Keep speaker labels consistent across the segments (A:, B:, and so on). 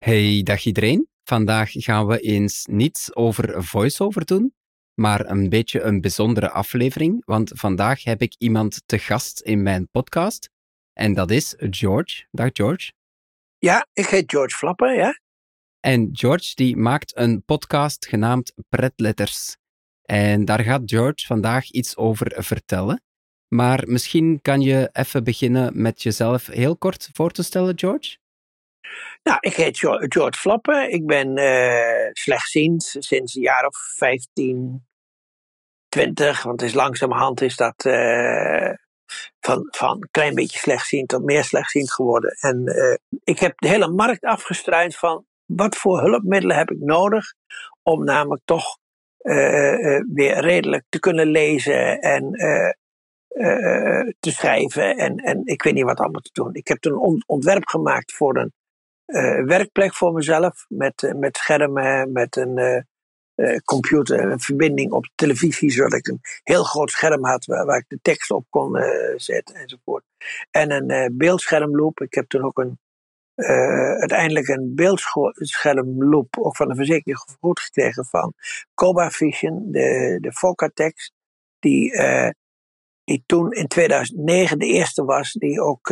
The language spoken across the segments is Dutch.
A: Hey, dag iedereen. Vandaag gaan we eens niets over voice-over doen, maar een beetje een bijzondere aflevering, want vandaag heb ik iemand te gast in mijn podcast en dat is George. Dag George.
B: Ja, ik heet George Flappen, ja.
A: En George die maakt een podcast genaamd Pretletters. En daar gaat George vandaag iets over vertellen. Maar misschien kan je even beginnen met jezelf heel kort voor te stellen, George?
B: Nou, ik heet George Flappen. Ik ben slechtziend sinds een jaar of 15, 20. Want langzamerhand is dat van een klein beetje slechtziend tot meer slechtziend geworden. En ik heb de hele markt afgestruind van wat voor hulpmiddelen heb ik nodig om namelijk toch weer redelijk te kunnen lezen en te schrijven en ik weet niet wat allemaal te doen. Ik heb toen een ontwerp gemaakt voor een werkplek voor mezelf met schermen, met een computer, een verbinding op de televisie, zodat ik een heel groot scherm had waar ik de tekst op kon zetten enzovoort. En een beeldschermloop. Ik heb toen ook uiteindelijk een beeldschermloop ook van de verzekering vergoed gekregen van Cobra Vision, de Focatex, die toen in 2009 de eerste was die ook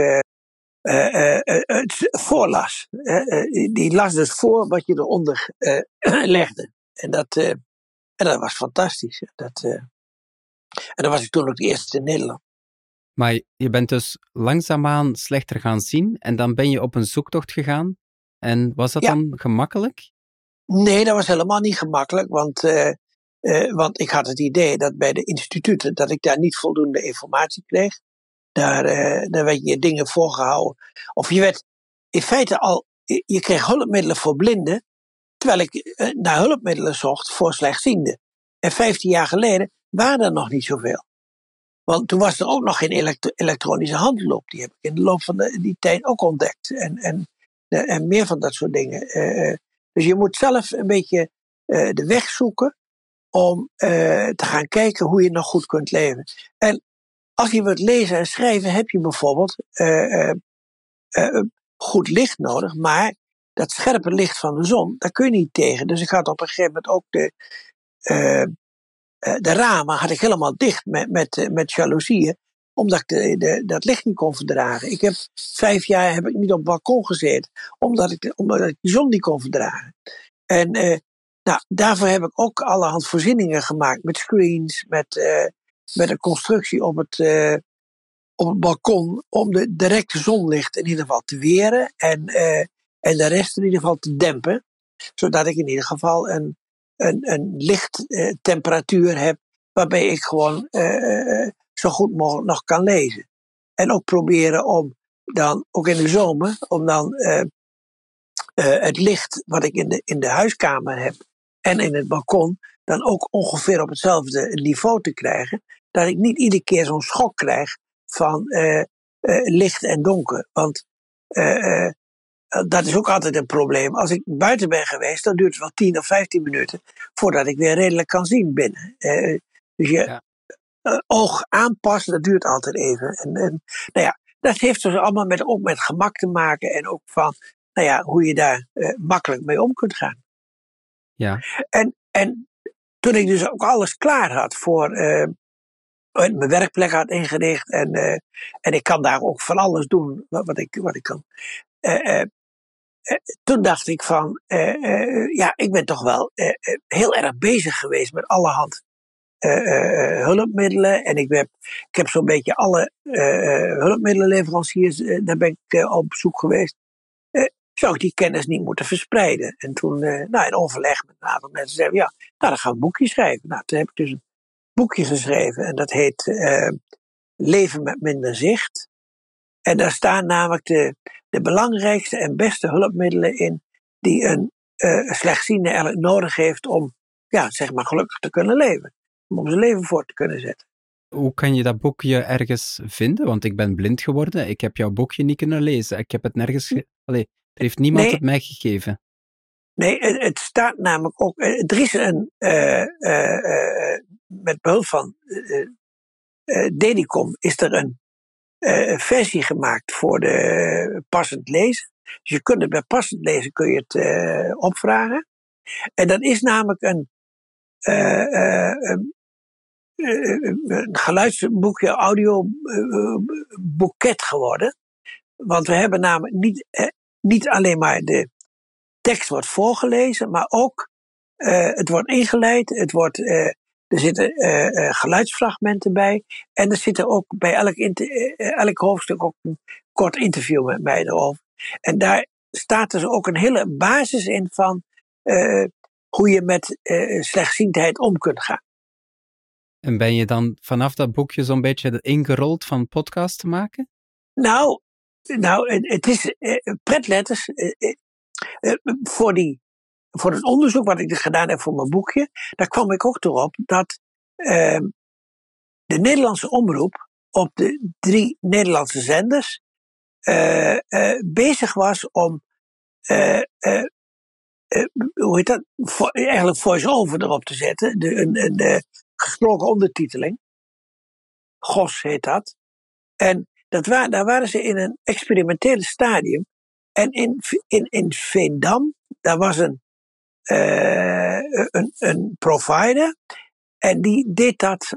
B: het voorlas. Die las dus voor wat je eronder legde. En dat was fantastisch. En dan was ik toen ook de eerste in Nederland.
A: Maar je bent dus langzaamaan slechter gaan zien en dan ben je op een zoektocht gegaan. En was dat dan gemakkelijk?
B: Nee, dat was helemaal niet gemakkelijk, want ik had het idee dat bij de instituten dat ik daar niet voldoende informatie kreeg. Daar werd je dingen voorgehouden. Of je werd in feite je kreeg hulpmiddelen voor blinden, terwijl ik naar hulpmiddelen zocht voor slechtzienden. En 15 jaar geleden waren er nog niet zoveel. Want toen was er ook nog geen elektronische handloop. Die heb ik in de loop van die tijd ook ontdekt. En meer van dat soort dingen. Dus je moet zelf een beetje de weg zoeken om te gaan kijken hoe je nog goed kunt leven. En als je wilt lezen en schrijven, heb je bijvoorbeeld goed licht nodig. Maar dat scherpe licht van de zon, daar kun je niet tegen. Dus ik had op een gegeven moment ook de ramen had ik helemaal dicht met jaloezieën, omdat ik dat licht niet kon verdragen. Ik heb 5 jaar heb ik niet op het balkon gezeten, omdat ik de zon niet kon verdragen. En daarvoor heb ik ook allerhand voorzieningen gemaakt met screens, met een constructie op het balkon om de directe zonlicht in ieder geval te weren en de rest in ieder geval te dempen, zodat ik in ieder geval een lichttemperatuur heb waarbij ik gewoon zo goed mogelijk nog kan lezen. En ook proberen om dan, ook in de zomer, om dan het licht wat ik in de huiskamer heb en in het balkon dan ook ongeveer op hetzelfde niveau te krijgen, dat ik niet iedere keer zo'n schok krijg van licht en donker. Want dat is ook altijd een probleem. Als ik buiten ben geweest, dan duurt het wel 10 of 15 minuten voordat ik weer redelijk kan zien binnen. Dus je oog aanpassen, dat duurt altijd even. En dat heeft dus allemaal ook met gemak te maken en ook van hoe je daar makkelijk mee om kunt gaan.
A: Ja.
B: En toen ik dus ook alles klaar had voor mijn werkplek had ingericht en ik kan daar ook van alles doen wat ik kan. Toen dacht ik van, ik ben toch wel heel erg bezig geweest met allerhand hulpmiddelen. En ik heb zo'n beetje alle hulpmiddelenleveranciers, daar ben ik op zoek geweest. Zou ik die kennis niet moeten verspreiden? En toen, in overleg met een aantal mensen, zeiden dan gaan we een boekje schrijven. Nou, toen heb ik dus een boekje geschreven en dat heet Leven met minder zicht. En daar staan namelijk de belangrijkste en beste hulpmiddelen in die een slechtziende eigenlijk nodig heeft om gelukkig te kunnen leven. Om zijn leven voor te kunnen zetten.
A: Hoe kan je dat boekje ergens vinden? Want ik ben blind geworden. Ik heb jouw boekje niet kunnen lezen. Ik heb het nergens... er heeft niemand het mij gegeven.
B: Nee, het staat namelijk ook... Er is met behulp van Dedicom is er een versie gemaakt voor de passend lezen. Dus je kunt het bij passend lezen kun je het opvragen. En dat is namelijk een geluidsboekje, audioboeket geworden. Want we hebben namelijk niet alleen maar de tekst wordt voorgelezen, maar ook het wordt ingeleid, er zitten geluidsfragmenten bij. En er zit er ook bij elk hoofdstuk ook een kort interview met mij erover. En daar staat dus ook een hele basis in van hoe je met slechtziendheid om kunt gaan.
A: En ben je dan vanaf dat boekje zo'n beetje ingerold van podcast te maken?
B: Nou, het is pretletters. Voor het onderzoek wat ik gedaan heb voor mijn boekje, daar kwam ik ook erop dat de Nederlandse omroep op de 3 Nederlandse zenders bezig was om eigenlijk voice-over erop te zetten. Een gesproken ondertiteling. GOS heet dat. En daar waren ze in een experimentele stadium. En in Veendam, daar was een provider. En die deed dat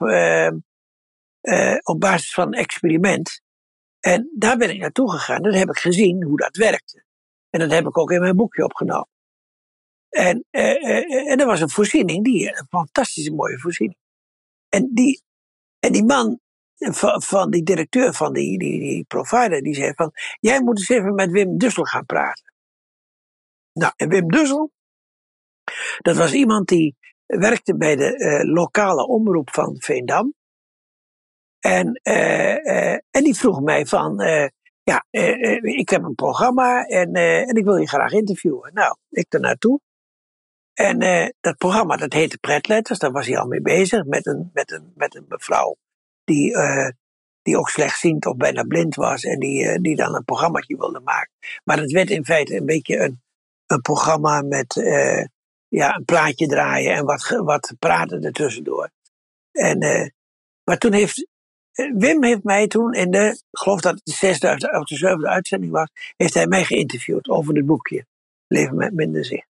B: op basis van een experiment. En daar ben ik naartoe gegaan. Dan heb ik gezien hoe dat werkte. En dat heb ik ook in mijn boekje opgenomen. En er was een voorziening, een fantastische mooie voorziening. En die man, van die directeur van die provider, die zei van, jij moet eens even met Wim Dussel gaan praten. Nou, en Wim Dussel, dat was iemand die werkte bij de lokale omroep van Veendam. En die vroeg mij van, ik heb een programma en ik wil je graag interviewen. Nou, ik er naartoe. En dat programma, dat heette Pretletters, daar was hij al mee bezig met een mevrouw die ook slechtziend of bijna blind was en die dan een programmaatje wilde maken. Maar het werd in feite een beetje een programma met een plaatje draaien en wat praten ertussendoor. Maar toen heeft Wim mij toen ik geloof dat het de 6e of de 7e uitzending was, heeft hij mij geïnterviewd over het boekje Leven met minder zicht.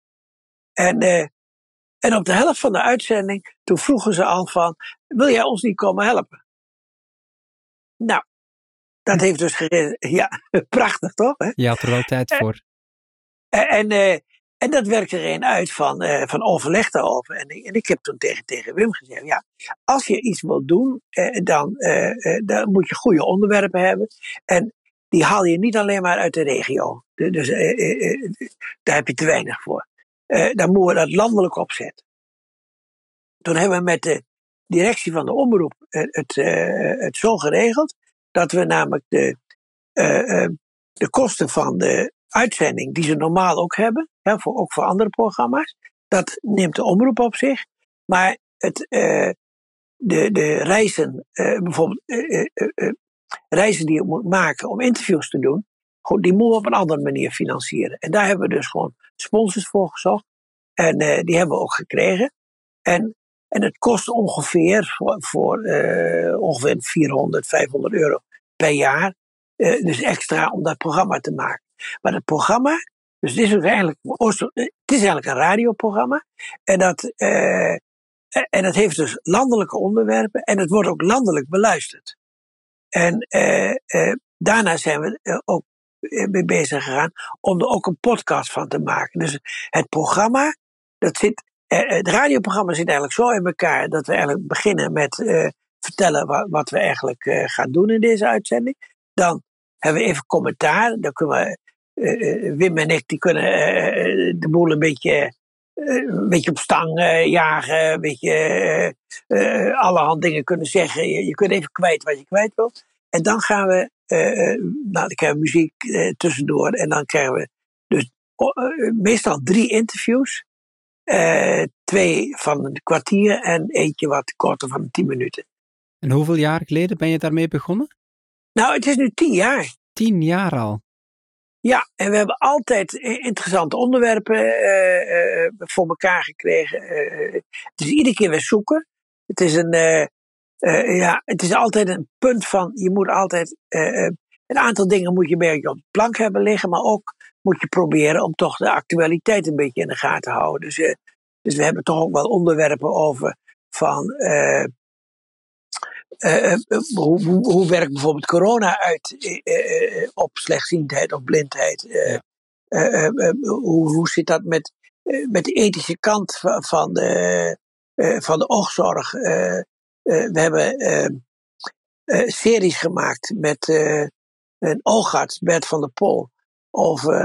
B: En op de helft van de uitzending, toen vroegen ze al van, wil jij ons niet komen helpen? Nou, dat heeft dus prachtig toch? Hè?
A: Je had er wel tijd voor.
B: En dat werkte er een uit van overleg daarover. En ik heb toen tegen Wim gezegd, ja, als je iets wilt doen, dan moet je goede onderwerpen hebben. En die haal je niet alleen maar uit de regio. Dus daar heb je te weinig voor. Dan moeten we dat landelijk opzetten. Toen hebben we met de directie van de omroep het zo geregeld dat we namelijk de kosten van de uitzending die ze normaal ook hebben, ook voor andere programma's, dat neemt de omroep op zich. Maar de reizen, bijvoorbeeld reizen die je moet maken om interviews te doen, die moeten we op een andere manier financieren. En daar hebben we dus gewoon sponsors voor gezocht. En die hebben we ook gekregen. En het kost ongeveer voor ongeveer 400, 500 euro per jaar. Dus extra om dat programma te maken. Maar het programma, dus het is eigenlijk een radioprogramma. En dat heeft dus landelijke onderwerpen. En het wordt ook landelijk beluisterd. En daarna zijn we ook mee bezig gegaan om er ook een podcast van te maken. Dus het programma, het radioprogramma zit eigenlijk zo in elkaar dat we eigenlijk beginnen met vertellen wat we eigenlijk gaan doen in deze uitzending. Dan hebben we even commentaar. Dan kunnen Wim en ik, die kunnen de boel een beetje op stang jagen. Een beetje allerhand dingen kunnen zeggen. Je kunt even kwijt wat je kwijt wilt. En dan gaan we, dan krijgen we muziek tussendoor. En dan krijgen we dus meestal 3 interviews. 2 van een kwartier en eentje wat korter van 10 minuten.
A: En hoeveel jaar geleden ben je daarmee begonnen?
B: Nou, het is nu 10 jaar.
A: 10 jaar al?
B: Ja, en we hebben altijd interessante onderwerpen voor elkaar gekregen. Het is iedere keer weer zoeken. Het is het is altijd een punt van, je moet altijd een aantal dingen moet je een beetje op de plank hebben liggen, maar ook moet je proberen om toch de actualiteit een beetje in de gaten te houden. Dus we hebben toch ook wel onderwerpen over van hoe werkt bijvoorbeeld corona uit op slechtziendheid of blindheid.
A: Ja.
B: Hoe zit dat met de ethische kant van de oogzorg? We hebben series gemaakt met een oogarts, Bert van der Pol, over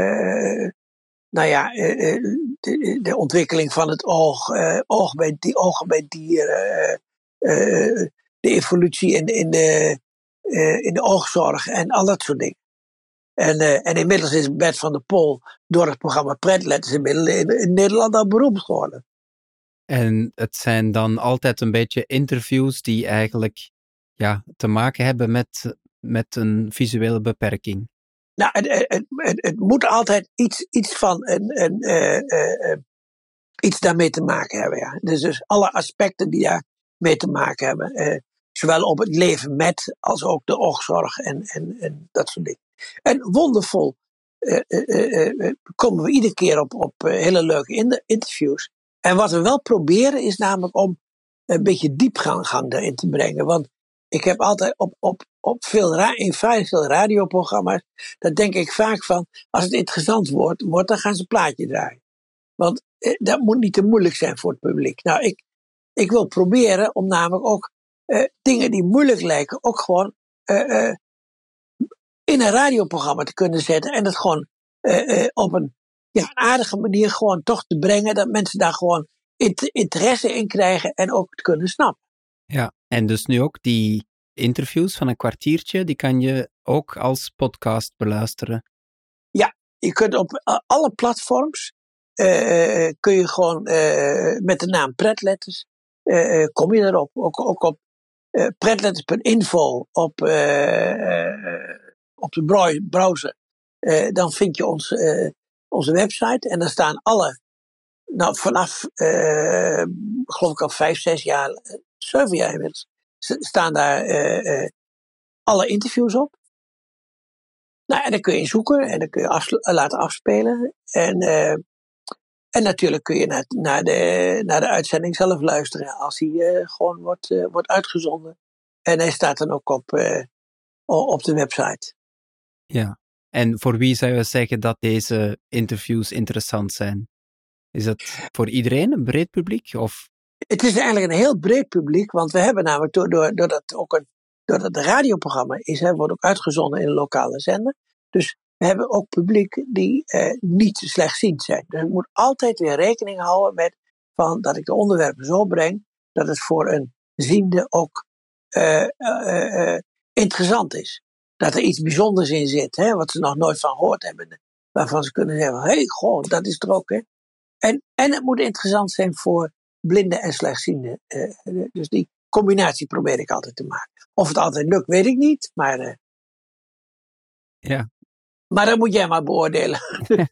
B: de ontwikkeling van het oog, ogen bij dieren, de evolutie in de oogzorg en al dat soort dingen. En inmiddels is Bert van der Pol door het programma Pretletters in Nederland al beroemd geworden.
A: En het zijn dan altijd een beetje interviews die eigenlijk te maken hebben met een visuele beperking.
B: Nou, het moet altijd iets van iets daarmee te maken hebben. Ja. Dus alle aspecten die daarmee te maken hebben. Zowel op het leven met als ook de oogzorg en dat soort dingen. En wondervol komen we iedere keer op hele leuke interviews. En wat we wel proberen is namelijk om een beetje diepgang daarin te brengen. Want ik heb altijd in veel radioprogramma's, daar denk ik vaak van, als het interessant wordt, dan gaan ze een plaatje draaien. Want dat moet niet te moeilijk zijn voor het publiek. Nou, ik wil proberen om namelijk ook dingen die moeilijk lijken, ook gewoon in een radioprogramma te kunnen zetten. En het gewoon op een aardige manier gewoon toch te brengen, dat mensen daar gewoon interesse in krijgen en ook het kunnen snappen.
A: Ja, en dus nu ook die interviews van een kwartiertje, die kan je ook als podcast beluisteren.
B: Ja, je kunt op alle platforms, kun je gewoon met de naam Pretletters, kom je erop. Ook op pretletters.info op de browser. Dan vind je onze website en daar staan vanaf geloof ik al 5, 6 jaar, 7 jaar inmiddels, staan daar alle interviews op. Nou, en dan kun je zoeken en dan kun je laten afspelen. En natuurlijk kun je naar de uitzending zelf luisteren als die gewoon wordt uitgezonden. En hij staat dan ook op de website.
A: Ja, en voor wie zou je zeggen dat deze interviews interessant zijn? Is het voor iedereen, een breed publiek? Of?
B: Het is eigenlijk een heel breed publiek, want we hebben namelijk doordat het een radioprogramma is, wordt ook uitgezonden in een lokale zender. Dus we hebben ook publiek die niet slechtziend zijn. Dus ik moet altijd weer rekening houden met dat ik de onderwerpen zo breng dat het voor een ziende ook interessant is. Dat er iets bijzonders in zit, wat ze nog nooit van gehoord hebben. Waarvan ze kunnen zeggen, hé, goh, dat is er ook. Hè. En het moet interessant zijn voor blinden en slechtzienden. Dus die combinatie probeer ik altijd te maken. Of het altijd lukt, weet ik niet. Maar dat moet jij maar beoordelen.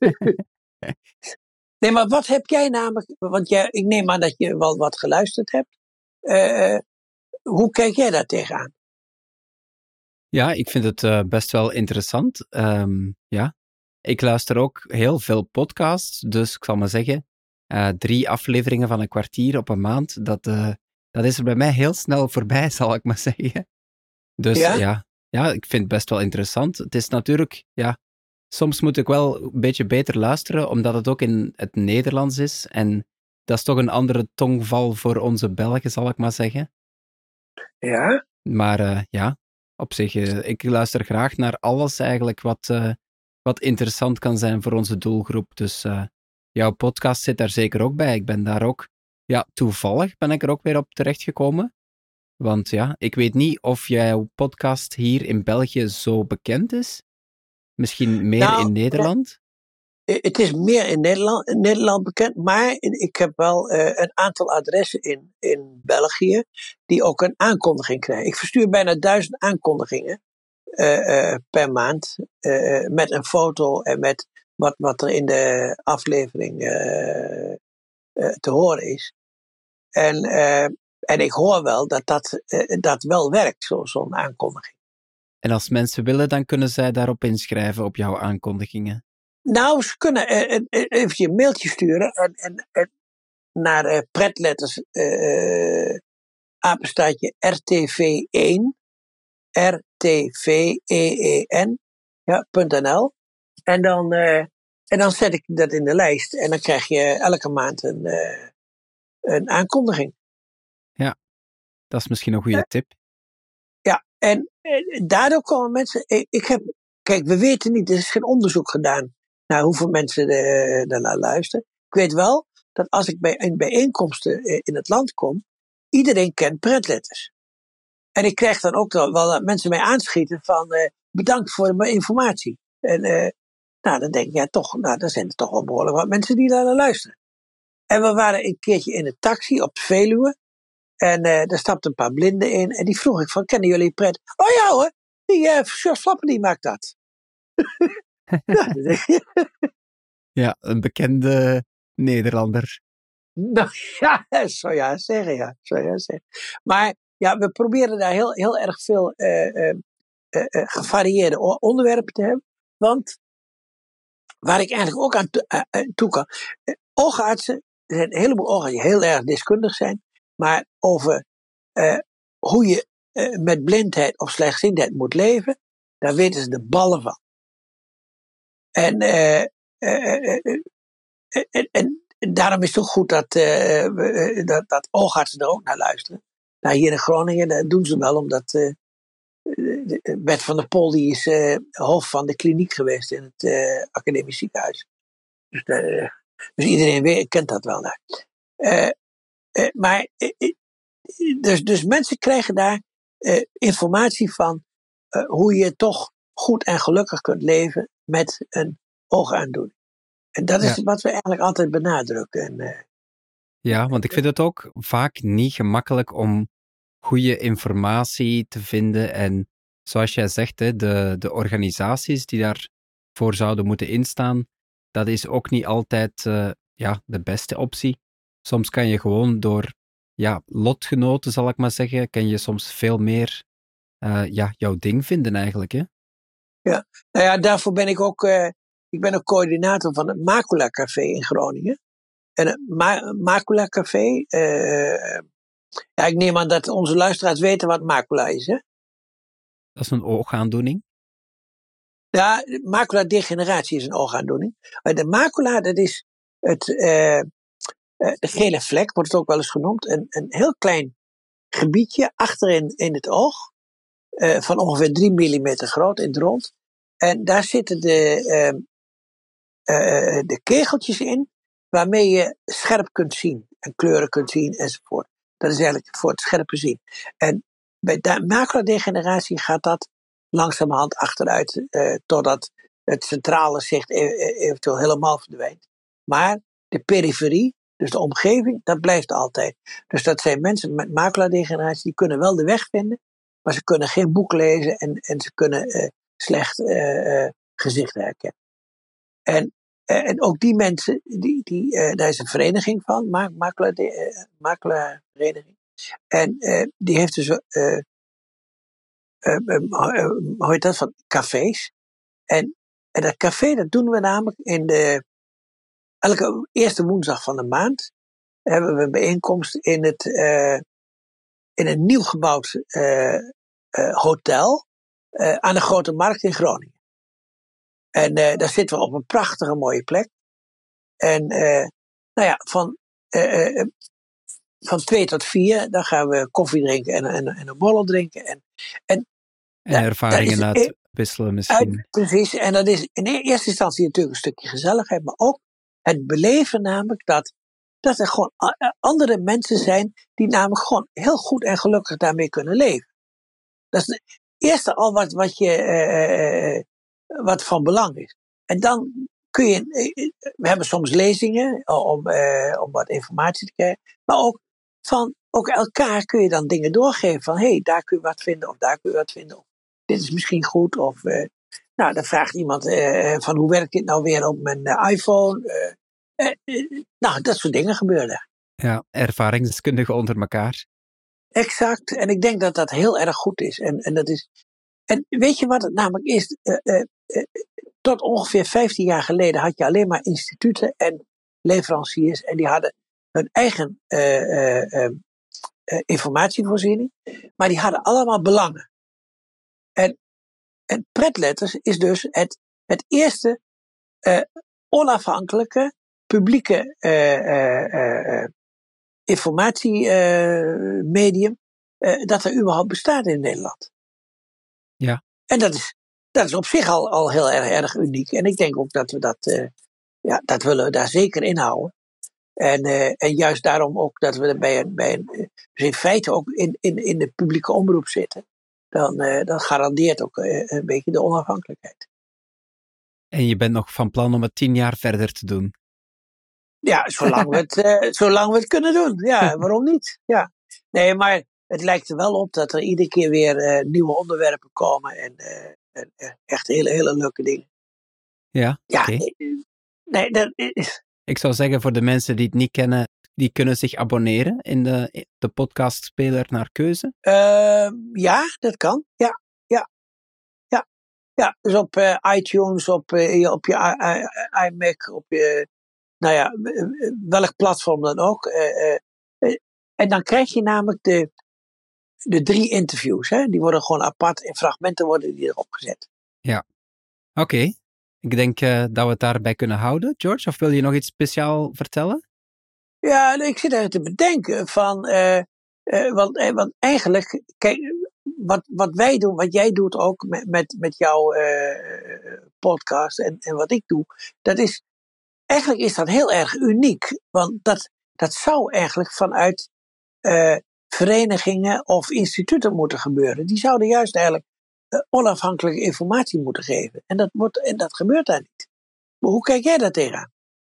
B: Nee, maar wat heb jij namelijk... Want ik neem aan dat je wel wat geluisterd hebt. Hoe kijk jij daar tegenaan?
A: Ja, ik vind het best wel interessant. Ik luister ook heel veel podcasts. Dus ik zal maar zeggen, 3 afleveringen van een kwartier op een maand. Dat is er bij mij heel snel voorbij, zal ik maar zeggen. Dus ja, ik vind het best wel interessant. Het is natuurlijk, soms moet ik wel een beetje beter luisteren, omdat het ook in het Nederlands is. En dat is toch een andere tongval voor onze Belgen, zal ik maar zeggen.
B: Ja?
A: Maar op zich, ik luister graag naar alles eigenlijk wat interessant kan zijn voor onze doelgroep. Dus jouw podcast zit daar zeker ook bij. Ik ben daar ook, toevallig ben ik er ook weer op terechtgekomen. Want ik weet niet of jouw podcast hier in België zo bekend is. Misschien meer in Nederland?
B: Het is meer in Nederland bekend, maar ik heb wel een aantal adressen in België die ook een aankondiging krijgen. Ik verstuur bijna 1000 aankondigingen per maand met een foto en met wat er in de aflevering te horen is. En ik hoor wel dat wel werkt, zo'n aankondiging.
A: En als mensen willen, dan kunnen zij daarop inschrijven op jouw aankondigingen.
B: Nou, ze kunnen even een mailtje sturen en naar pretletters apenstaartje RTV1 RTVEEN ja, .nl en dan zet ik dat in de lijst en dan krijg je elke maand een aankondiging.
A: Ja, dat is misschien een goede tip.
B: Ja, en daardoor komen mensen. Kijk, we weten niet, er is geen onderzoek gedaan naar hoeveel mensen daarnaar luisteren. Ik weet wel dat als ik bij bijeenkomsten in het land kom, iedereen kent pretletters. En ik krijg dan ook wel dat mensen mij aanschieten van bedankt voor mijn informatie. En nou, dan denk ik, ja toch, nou, dan zijn er toch wel behoorlijk wat mensen die daar naar luisteren. En we waren een keertje in een taxi op de Veluwe. En daar stapten een paar blinden in. En die vroeg ik van, kennen jullie pret? Oh ja hoor, die Sjors Flappen die maakt dat. Ja, dan denk je,
A: Ja, een bekende Nederlander.
B: nou ja, zou je zeggen, ja. Zou je zeggen. Maar ja, we proberen daar heel erg veel gevarieerde onderwerpen te hebben. Want waar ik eigenlijk ook aan toe kan. Oogartsen, er zijn een heleboel oogartsen die heel erg deskundig zijn. Maar over hoe je met blindheid of slechtziendheid moet leven, daar weten ze de ballen van. En daarom is het ook goed dat oogartsen er ook naar luisteren. Nou, hier in Groningen, dat doen ze wel, omdat Bert van der Pol die is hoofd van de kliniek geweest in het academisch ziekenhuis. Dus iedereen kent dat wel daar. Dus mensen krijgen daar informatie van hoe je toch goed en gelukkig kunt leven met een oogaandoening. En dat is wat we eigenlijk altijd benadrukken.
A: Ja, want ik vind het ook vaak niet gemakkelijk om goede informatie te vinden. En zoals jij zegt, hè, de organisaties die daarvoor zouden moeten instaan, dat is ook niet altijd de beste optie. Soms kan je gewoon door lotgenoten, zal ik maar zeggen, kan je soms veel meer jouw ding vinden eigenlijk. Hè?
B: Ja, nou ja, daarvoor ben ik ook, ik ben ook coördinator van het Macula Café in Groningen. En het Macula Café, ja, ik neem aan dat onze luisteraars weten wat macula is, hè?
A: Dat is een oogaandoening.
B: Ja, maculadegeneratie is een oogaandoening. De macula, dat is de gele vlek, wordt het ook wel eens genoemd. Een heel klein gebiedje achterin in het oog, van ongeveer 3 millimeter groot in het rond. En daar zitten de kegeltjes in, waarmee je scherp kunt zien en kleuren kunt zien enzovoort. Dat is eigenlijk voor het scherpe zien. En bij de maculadegeneratie gaat dat langzamerhand achteruit, totdat het centrale zicht eventueel helemaal verdwijnt. Maar de periferie, dus de omgeving, dat blijft altijd. Dus dat zijn mensen met maculadegeneratie, die kunnen wel de weg vinden, maar ze kunnen geen boek lezen en ze kunnen slecht gezichten herkennen. En ook die mensen, daar is een vereniging van, macula-vereniging. En die heeft dus, hoe heet dat, van cafés. En dat café, dat doen we namelijk elke eerste woensdag van de maand. Hebben we een bijeenkomst in een nieuw gebouwd hotel aan de Grote Markt in Groningen. En daar zitten we op een prachtige mooie plek. En nou ja, van 2 tot 4, dan gaan we koffie drinken en een borrel drinken. En
A: ervaringen uitwisselen misschien.
B: Precies, en dat is in eerste instantie natuurlijk een stukje gezelligheid, maar ook het beleven namelijk dat er gewoon andere mensen zijn die namelijk gewoon heel goed en gelukkig daarmee kunnen leven. Dat is het eerste al wat van belang is. En dan kun je, we hebben soms lezingen om wat informatie te krijgen, maar ook elkaar kun je dan dingen doorgeven van hey, daar kun je wat vinden of daar kun je wat vinden. Of, dit is misschien goed of nou, dan vraagt iemand van hoe werkt dit nou weer op mijn iPhone. Nou, dat soort dingen gebeuren.
A: Ja, ervaringsdeskundigen onder elkaar.
B: Exact. En ik denk dat dat heel erg goed is. En dat is En weet je wat het namelijk is? Tot ongeveer 15 jaar geleden had je alleen maar instituten en leveranciers. En die hadden hun eigen informatievoorziening. Maar die hadden allemaal belangen. En Pretletters is dus het eerste onafhankelijke publieke informatiemedium dat er überhaupt bestaat in Nederland.
A: Ja.
B: En dat is op zich al heel erg uniek. En ik denk ook dat we dat willen we daar zeker in houden. En juist daarom ook dat we dus in feite ook in de publieke omroep zitten. Dan garandeert ook een beetje de onafhankelijkheid.
A: En je bent nog van plan om het 10 jaar verder te doen?
B: Ja, zolang we het kunnen doen. Ja, waarom niet? Ja. Nee, maar het lijkt er wel op dat er iedere keer weer nieuwe onderwerpen komen. En echt hele leuke dingen.
A: Ja, oké.
B: Nee, dat is...
A: Ik zou zeggen, voor de mensen die het niet kennen, die kunnen zich abonneren in de podcastspeler naar keuze.
B: Ja, dat kan. Ja. Dus op iTunes, op je iMac, op je, welk platform dan ook. En dan krijg je namelijk de 3 interviews. Hè? Die worden gewoon apart, in fragmenten worden die erop gezet.
A: Ja, oké. Ik denk dat we het daarbij kunnen houden. George, of wil je nog iets speciaal vertellen?
B: Ja, ik zit even te bedenken van... want eigenlijk, kijk, wat wij doen, wat jij doet ook met jouw podcast en wat ik doe, eigenlijk is dat heel erg uniek. Want dat zou eigenlijk vanuit verenigingen of instituten moeten gebeuren. Die zouden juist eigenlijk onafhankelijke informatie moeten geven. En dat gebeurt daar niet. Maar hoe kijk jij daar tegenaan?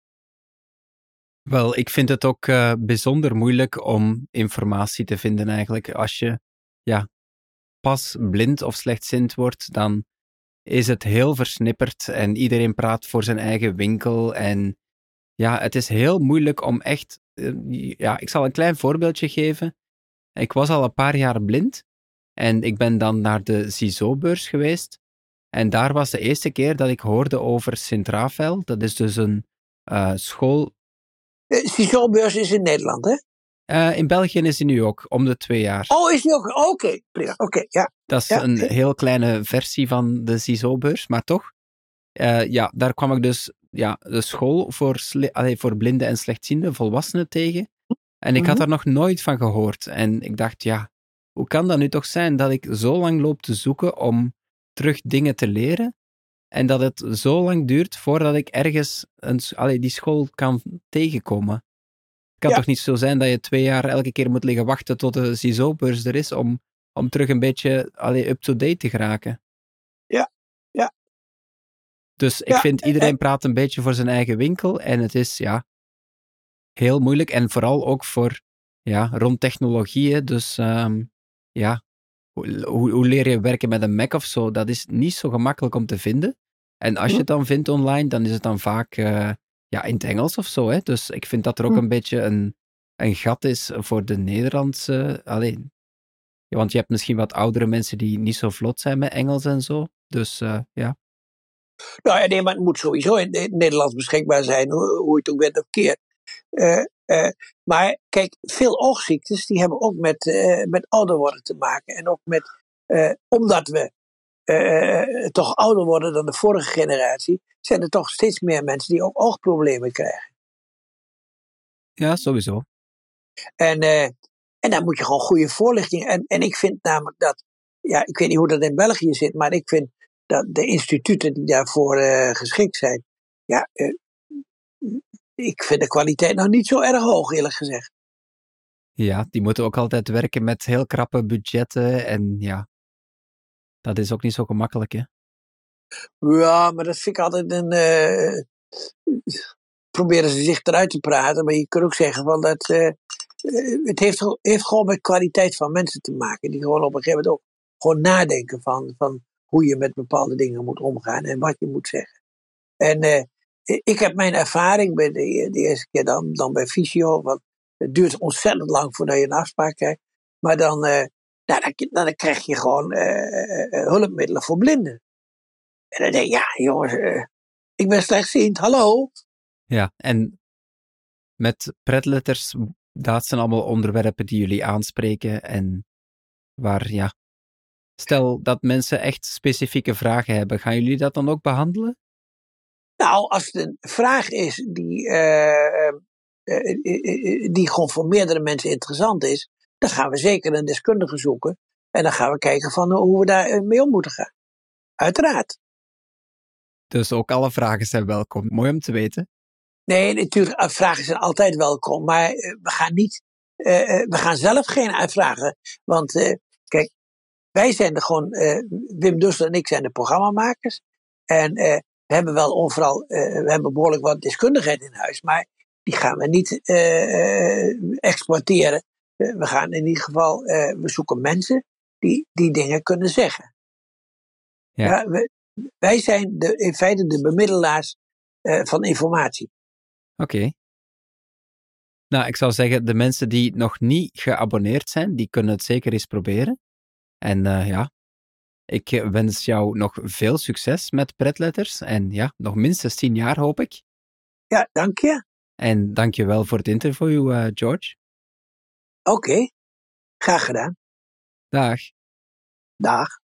A: Wel, ik vind het ook bijzonder moeilijk om informatie te vinden eigenlijk. Als je pas blind of slechtziend wordt, dan is het heel versnipperd en iedereen praat voor zijn eigen winkel. En ja, het is heel moeilijk om echt... ik zal een klein voorbeeldje geven. Ik was al een paar jaar blind en ik ben dan naar de CISO-beurs geweest. En daar was de eerste keer dat ik hoorde over Sint-Rafael. Dat is dus een school...
B: CISO-beurs is in Nederland, hè?
A: In België is die nu ook, om de 2 jaar.
B: Oh, is die ook? Oké, prima. Oké, ja.
A: Dat is een heel kleine versie van de CISO-beurs, maar toch. Daar kwam ik dus de school voor blinden en slechtziende volwassenen tegen. En ik had daar nog nooit van gehoord. En ik dacht, hoe kan dat nu toch zijn dat ik zo lang loop te zoeken om terug dingen te leren en dat het zo lang duurt voordat ik ergens die school kan tegenkomen? Het kan toch niet zo zijn dat je 2 jaar elke keer moet liggen wachten tot de CISO-beurs er is om terug een beetje up-to-date te geraken?
B: Ja.
A: Dus ik vind iedereen praat een beetje voor zijn eigen winkel en het is heel moeilijk en vooral ook voor rond technologieën. Dus hoe leer je werken met een Mac of zo? Dat is niet zo gemakkelijk om te vinden. En als je het dan vindt online, dan is het dan vaak in het Engels of zo. Hè? Dus ik vind dat er ook een beetje een gat is voor de Nederlandse... want je hebt misschien wat oudere mensen die niet zo vlot zijn met Engels en zo. Dus ja.
B: Nou ja, nee, maar het moet sowieso in het Nederlands beschikbaar zijn, hoe je het ook bent of keert. Maar kijk, veel oogziektes die hebben ook met ouder worden te maken. En ook met, omdat we toch ouder worden dan de vorige generatie, zijn er toch steeds meer mensen die ook oogproblemen krijgen.
A: Ja, sowieso.
B: En daar moet je gewoon goede voorlichting. En ik vind namelijk dat, ik weet niet hoe dat in België zit, maar ik vind dat de instituten die daarvoor geschikt zijn, ik vind de kwaliteit nog niet zo erg hoog, eerlijk gezegd.
A: Ja, die moeten ook altijd werken met heel krappe budgetten en dat is ook niet zo gemakkelijk, hè?
B: Ja, maar dat vind ik altijd proberen ze zich eruit te praten, maar je kunt ook zeggen van dat het heeft gewoon met kwaliteit van mensen te maken, die gewoon op een gegeven moment ook gewoon nadenken van hoe je met bepaalde dingen moet omgaan en wat je moet zeggen. En ik heb mijn ervaring bij de eerste keer dan bij fysio, want het duurt ontzettend lang voordat je een afspraak krijgt. Maar dan Nou, dan krijg je gewoon hulpmiddelen voor blinden. En dan denk je, ja jongens, ik ben slechtziend, hallo.
A: Ja, en met pretletters, dat zijn allemaal onderwerpen die jullie aanspreken en waar, ja... Stel dat mensen echt specifieke vragen hebben, gaan jullie dat dan ook behandelen?
B: Nou, als het een vraag is die gewoon voor meerdere mensen interessant is, dan gaan we zeker een deskundige zoeken. En dan gaan we kijken van hoe we daar mee om moeten gaan. Uiteraard.
A: Dus ook alle vragen zijn welkom. Mooi om te weten.
B: Nee, natuurlijk, vragen zijn altijd welkom. Maar we gaan zelf geen uitvragen. Want kijk, wij zijn er gewoon, Wim Dussel en ik zijn de programmamakers. En we hebben wel overal, we hebben behoorlijk wat deskundigheid in huis. Maar die gaan we niet exporteren. We gaan in ieder geval, we zoeken mensen die dingen kunnen zeggen.
A: Ja.
B: Wij zijn in feite de bemiddelaars van informatie.
A: Oké. Nou, ik zou zeggen, de mensen die nog niet geabonneerd zijn, die kunnen het zeker eens proberen. En ja, ik wens jou nog veel succes met pretletters. En ja, nog minstens 10 jaar hoop ik.
B: Ja, dank je.
A: En dank je wel voor het interview, George.
B: Oké, graag gedaan.
A: Dag.
B: Dag.